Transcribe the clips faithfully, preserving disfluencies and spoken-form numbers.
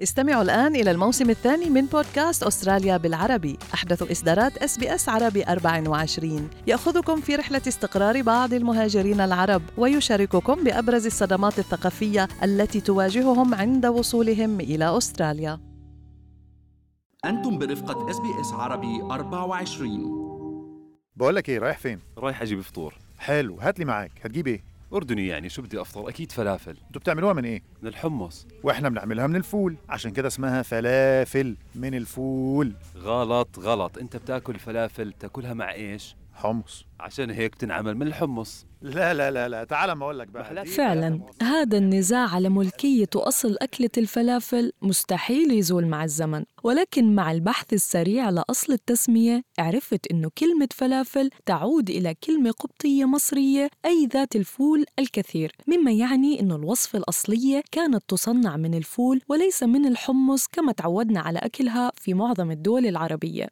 استمعوا الآن إلى الموسم الثاني من بودكاست أستراليا بالعربي، أحدث إصدارات إس بي إس عربي أربعة وعشرين، يأخذكم في رحلة استقرار بعض المهاجرين العرب ويشارككم بأبرز الصدمات الثقافية التي تواجههم عند وصولهم إلى أستراليا. أنتم برفقة إس بي إس عربي أربعة وعشرين. بقولك إيه، رايح فين؟ رايح أجيب فطور. حلو، هات لي معاك. هتجيب إيه؟ أردني يعني، شو بدي أفطر؟ أكيد فلافل. انتوا بتعملوها من إيه؟ من الحمص. وإحنا بنعملها من الفول، عشان كده اسمها فلافل من الفول. غلط غلط، أنت بتاكل فلافل تاكلها مع إيش؟ حمص. عشان هيك بتنعمل من الحمص. لا لا لا لا، تعال ما أقولك بقى. فعلا هذا النزاع على ملكية وأصل أكلة الفلافل مستحيل يزول مع الزمن، ولكن مع البحث السريع لأصل التسمية عرفت إنه كلمة فلافل تعود إلى كلمة قبطية مصرية أي ذات الفول الكثير، مما يعني إنه الوصفة الأصلية كانت تصنع من الفول وليس من الحمص كما تعودنا على أكلها في معظم الدول العربية.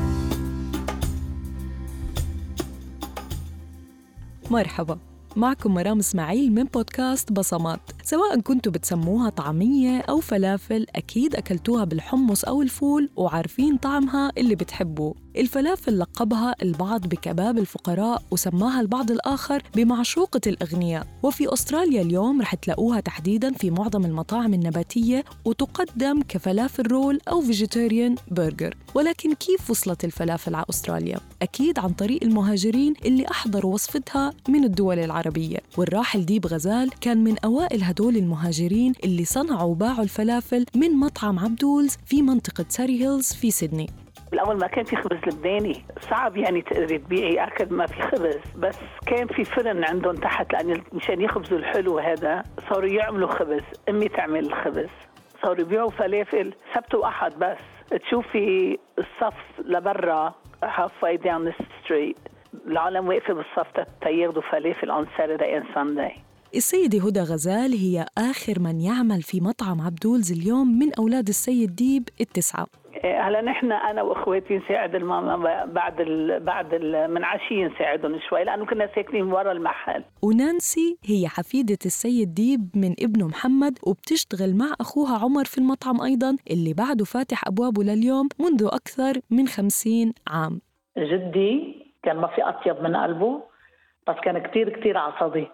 مرحبا، معكم مرام إسماعيل من بودكاست بصمات. سواء كنتوا بتسموها طعمية أو فلافل، أكيد أكلتوها بالحمص أو الفول وعارفين طعمها اللي بتحبوه. الفلافل لقبها البعض بكباب الفقراء، وسماها البعض الآخر بمعشوقة الأغنياء. وفي أستراليا اليوم رح تلاقوها تحديداً في معظم المطاعم النباتية، وتقدم كفلافل رول أو فيجيتيريان برجر. ولكن كيف وصلت الفلافل على أستراليا؟ أكيد عن طريق المهاجرين اللي أحضروا وصفتها من الدول العربية. والراحل ديب غزال كان من أوائل هدول المهاجرين اللي صنعوا وباعوا الفلافل من مطعم عبدولز في منطقة ساري هيلز في سيدني. بالأول ما كان في خبز لبناني، صعب يعني تقدري تبيعي أكل ما في خبز، بس كان في فرن عندهم تحت، لأن مشان يخبزوا الحلو هذا صاروا يعملوا خبز. أمي تعمل الخبز، صاروا يبيعوا فلافل سبت وأحد. بس تشوفي الصف لبرا halfway down the street، العالم واقفة بالصف تياخدوا فلافل on Saturday and Sunday. السيدة هدى غزال هي آخر من يعمل في مطعم عبدولز اليوم من أولاد السيد ديب التسعة. هلا نحن انا واخواتي نساعد الماما بعد ال بعد ال من عشيه نساعدهم شوي، لانه كنا ساكنين ورا المحل. ونانسي هي حفيدة السيد ديب من ابنه محمد، وبتشتغل مع اخوها عمر في المطعم ايضا، اللي بعده فاتح ابوابه لليوم منذ اكثر من خمسين عام. جدي كان ما في اطيب من قلبه، بس كان كتير كتير عصبي.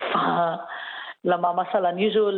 فلما مثلا يجوا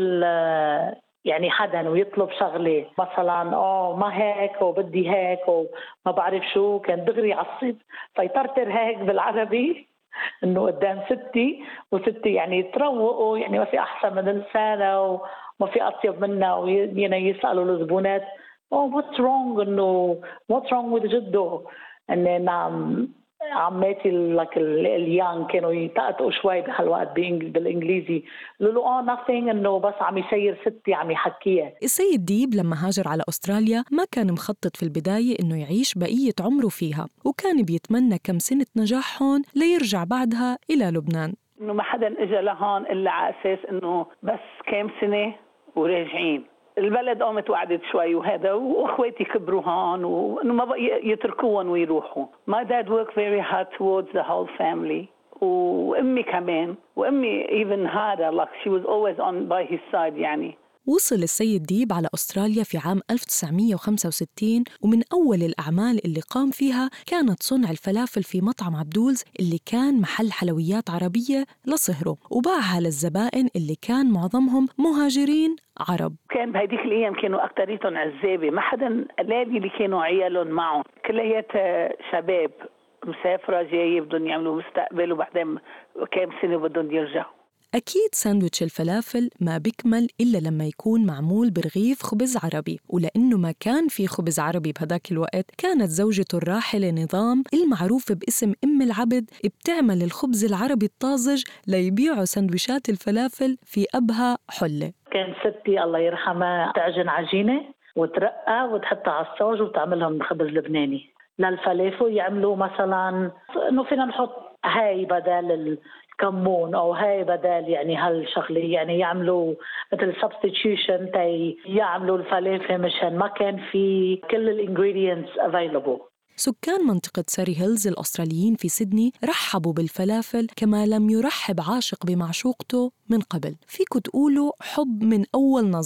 يعني حدا ويطلب شغله مثلا اه ما هيك وبدي هيك وما بعرف شو، كان دغري يعصب. فيطرطر هيك بالعربي انه قدام ستي، وستي يعني تروقوا، يعني ما في احسن من لسانه وما في اطيب منها، ويعني يسالوا الزبونات oh what's wrong انه what's wrong with جده. ان نعم عماتي لك اليان كانوا يتقطقوا شوي بهالوقت بالانجليزي، قالوا له اه nothing، انه بس عم يسير ستي عم يحكيها. السيد ديب لما هاجر على أستراليا ما كان مخطط في البداية انه يعيش بقية عمره فيها، وكان بيتمنى كم سنة نجاح هون ليرجع بعدها إلى لبنان. انه ما حدا اجى لهون الا على اساس انه بس كم سنة وراجعين. البلد قامت وعدت شوي وهذا، واخواتي كبروا هون وانه ما بقى يتركوهم ويروحوا. My dad worked very hard towards the whole family. وامي كمان، وامي even harder, like she was always on by his side يعني. وصل السيد ديب على أستراليا في عام ألف وتسعمية وخمسة وستين، ومن أول الأعمال اللي قام فيها كانت صنع الفلافل في مطعم عبدولز اللي كان محل حلويات عربية لصهره، وباعها للزبائن اللي كان معظمهم مهاجرين عرب. كان بهديك الأيام كانوا أكتريتهم عزابة، ما حدا قلالي اللي كانوا عيالهم معهم، كليات شباب مسافرة جاية بدهم يعملوا مستقبل، وبعدين كام سنة بدهم يرجعوا. أكيد ساندويتش الفلافل ما بيكمل إلا لما يكون معمول برغيف خبز عربي، ولأنه ما كان في خبز عربي بهداك الوقت، كانت زوجته الراحلة نظام المعروفة باسم أم العبد بتعمل الخبز العربي الطازج ليبيعوا ساندويشات الفلافل في أبها حلة. كان ستي الله يرحمها تعجن عجينة وترقى وتحطها على الصاج وتعملهم خبز لبناني. للفلافل يعملوا مثلا إنه فينا نحط هاي بدل كمون او هاي بدل يعني هالشغله، يعني يعملوا مثل substitution تي يعملوا الفلافل مشان ما كان في كل الانجريدينتس available. سكان منطقة ساري هيلز الأستراليين في سيدني رحبوا بالفلافل كما لم يرحب عاشق بمعشوقته من قبل. فيكوا تقولوا حب من أول نظرة.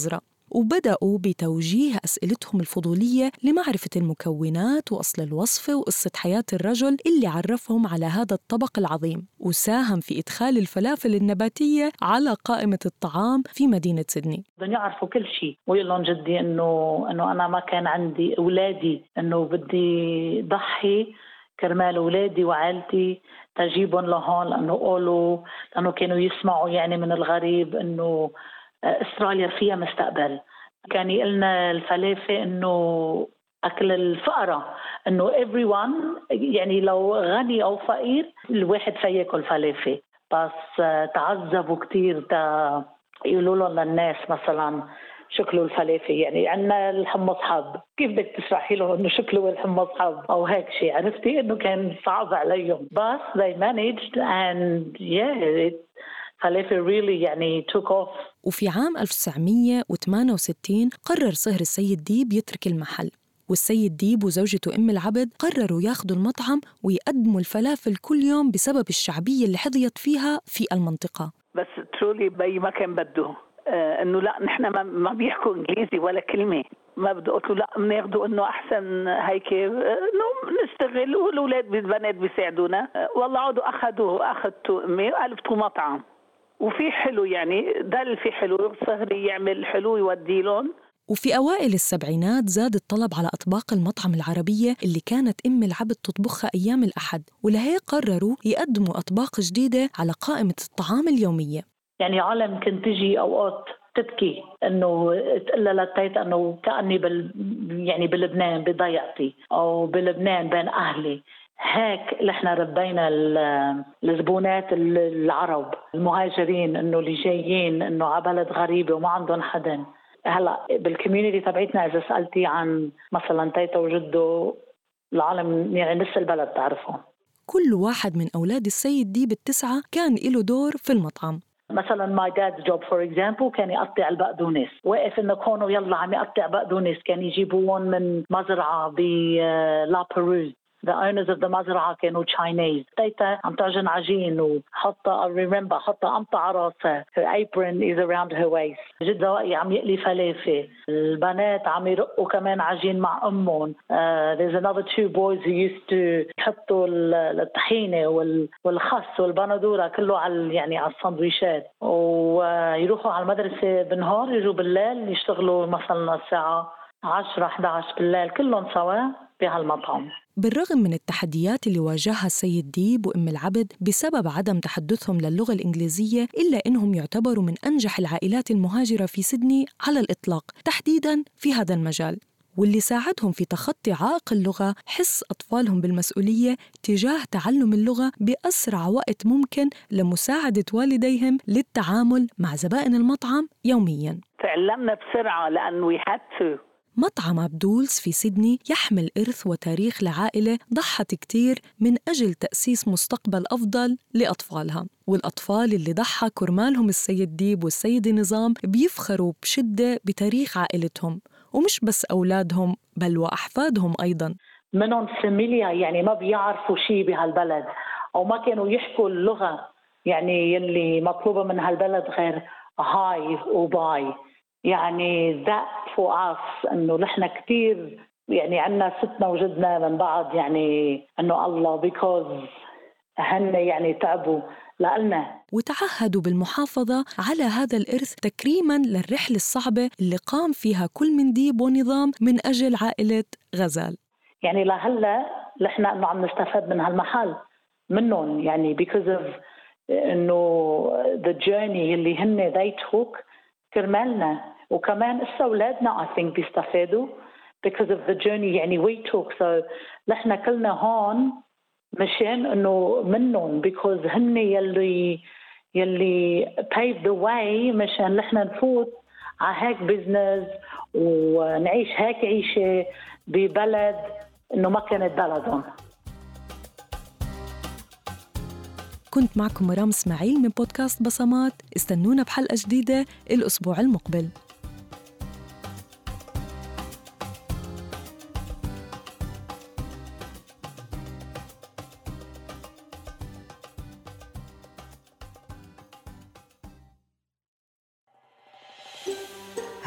وبدأوا بتوجيه أسئلتهم الفضولية لمعرفة المكونات وأصل الوصفة وقصة حياة الرجل اللي عرفهم على هذا الطبق العظيم وساهم في إدخال الفلافل النباتية على قائمة الطعام في مدينة سيدني. بدهم يعرفوا كل شيء ويقول لهم جدي إنه إنه أنا ما كان عندي أولادي، إنه بدي ضحي كرمال أولادي وعائلتي تجيبهم لهون، لأنه قولوا لأنه كانوا يسمعوا يعني من الغريب إنه أستراليا فيها مستقبل. كان يقلنا الفلافل إنه أكل الفقراء، إنه everyone يعني لو غني أو فقير الواحد فياكل فلافل. بس تعذبوا كتير تا يقولوا لهم للناس مثلا شكله الفلافل، يعني عندنا الحمص حب، كيف بدك تشرحي له انه شكله الحمص حب او هيك شيء؟ عرفتي انه كان صعب عليهم، بس they managed and yeah it فلافل really يعني took off. وفي عام ألف وتسعمية وثمانية وستين قرر صهر السيد ديب يترك المحل، والسيد ديب وزوجته أم العبد قرروا ياخذوا المطعم ويقدموا الفلافل كل يوم بسبب الشعبية اللي حظيت فيها في المنطقة. بس ترولي بي ما كان بده آه انه لا نحن ما, ما بيحكوا انجليزي ولا كلمه، ما بده. قلت له لا بناخذوا انه احسن هيك انه نشتغل والاولاد بالبنات بيساعدونا. آه والله عودوا اخذوا اخذتوا امي وقلبتوا مطعم وفي حلو، يعني ده اللي في حلو صهري يعمل حلو يودي لهم. وفي أوائل السبعينات زاد الطلب على أطباق المطعم العربية اللي كانت أم العبد تطبخها أيام الأحد، ولهيك قرروا يقدموا أطباق جديدة على قائمة الطعام اليومية. يعني عالم كنت تجي أوقات تبكي إنه تقول لتيتا إنه كأني بال يعني بلبنان بضيعتي أو بلبنان بين أهلي. هيك اللي احنا ربينا الزبونات العرب المهاجرين انه اللي جايين انه على بلد غريبه وما عندهم حدا. هلا بالكوميونتي تبعتنا اذا سالتي عن مثلا تيتا وجده العالم يعني نص البلد تعرفهم. كل واحد من اولاد السيد ديب التسعه كان له دور في المطعم. مثلا ماي داد's جوب فور اكزامبل كان يقطع البقدونس، واقف انه كونه يلا عم يقطع بقدونس، كان يجيبوهم من مزرعه بلا بيروز. The owners of the مزرعة كانوا Chinese. تيتا عم تعجن عجين وحطها I remember حطها قمطة على راسها. Her apron is around her waist. جد زواقي عم يقلي فلافل. البنات عم يرقوا كمان عجين مع أمهم. Uh, there's another two boys who used to يحطوا الطحينة والخس والبندورة كله على يعني على السندويشات، ويروحوا على المدرسة بالنهار يجوا بالليل يشتغلوا مثلا الساعة عشرة إحدى عشر بالليل كلهم سوا بهالمطعم. بالرغم من التحديات اللي واجهها السيد ديب وأم العبد بسبب عدم تحدثهم للغة الإنجليزية، إلا إنهم يعتبروا من أنجح العائلات المهاجرة في سيدني على الإطلاق تحديداً في هذا المجال، واللي ساعدهم في تخطي عائق اللغة حس أطفالهم بالمسؤولية تجاه تعلم اللغة بأسرع وقت ممكن لمساعدة والديهم للتعامل مع زبائن المطعم يومياً. تعلمنا بسرعة لأن we had to. مطعم عبدولز في سيدني يحمل إرث وتاريخ لعائلة ضحت كتير من أجل تأسيس مستقبل أفضل لأطفالها، والأطفال اللي ضحى كرمالهم السيد ديب والسيد نظام بيفخروا بشدة بتاريخ عائلتهم، ومش بس أولادهم بل وأحفادهم أيضاً. منهم فاميليا يعني ما بيعرفوا شيء بهالبلد أو ما كانوا يحكوا اللغة يعني يلي مطلوبة من هالبلد غير هاي وباي. يعني that for us إنه نحن كتير يعني عنا ستنا وجدنا من بعض، يعني إنه الله because هن يعني تعبوا لنا. وتعهدوا بالمحافظة على هذا الإرث تكريماً للرحلة الصعبة اللي قام فيها كل من ديب ونظام من أجل عائلة غزال. يعني لهلا نحن إنه عم نستفاد من هالمحل منهم، يعني because of إنه the journey اللي هن they took كرمالنا، وكمان إسا أولادنا I think بيستفادوا because of the journey يعني we took. so نحن كلنا هون مشان إنه منهم because هن يلي يلي paved the way مشان نحن نفوت على هيك business ونعيش هيك عيشة ببلد إنه ما كانت بلدهم. كنت معكم مرام إسماعيل من بودكاست بصمات. استنونا بحلقة جديدة الأسبوع المقبل.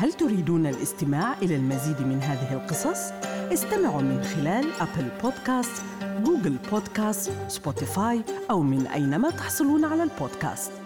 هل تريدون الاستماع إلى المزيد من هذه القصص؟ استمعوا من خلال أبل بودكاست، جوجل بودكاست، سبوتيفاي أو من أينما تحصلون على البودكاست.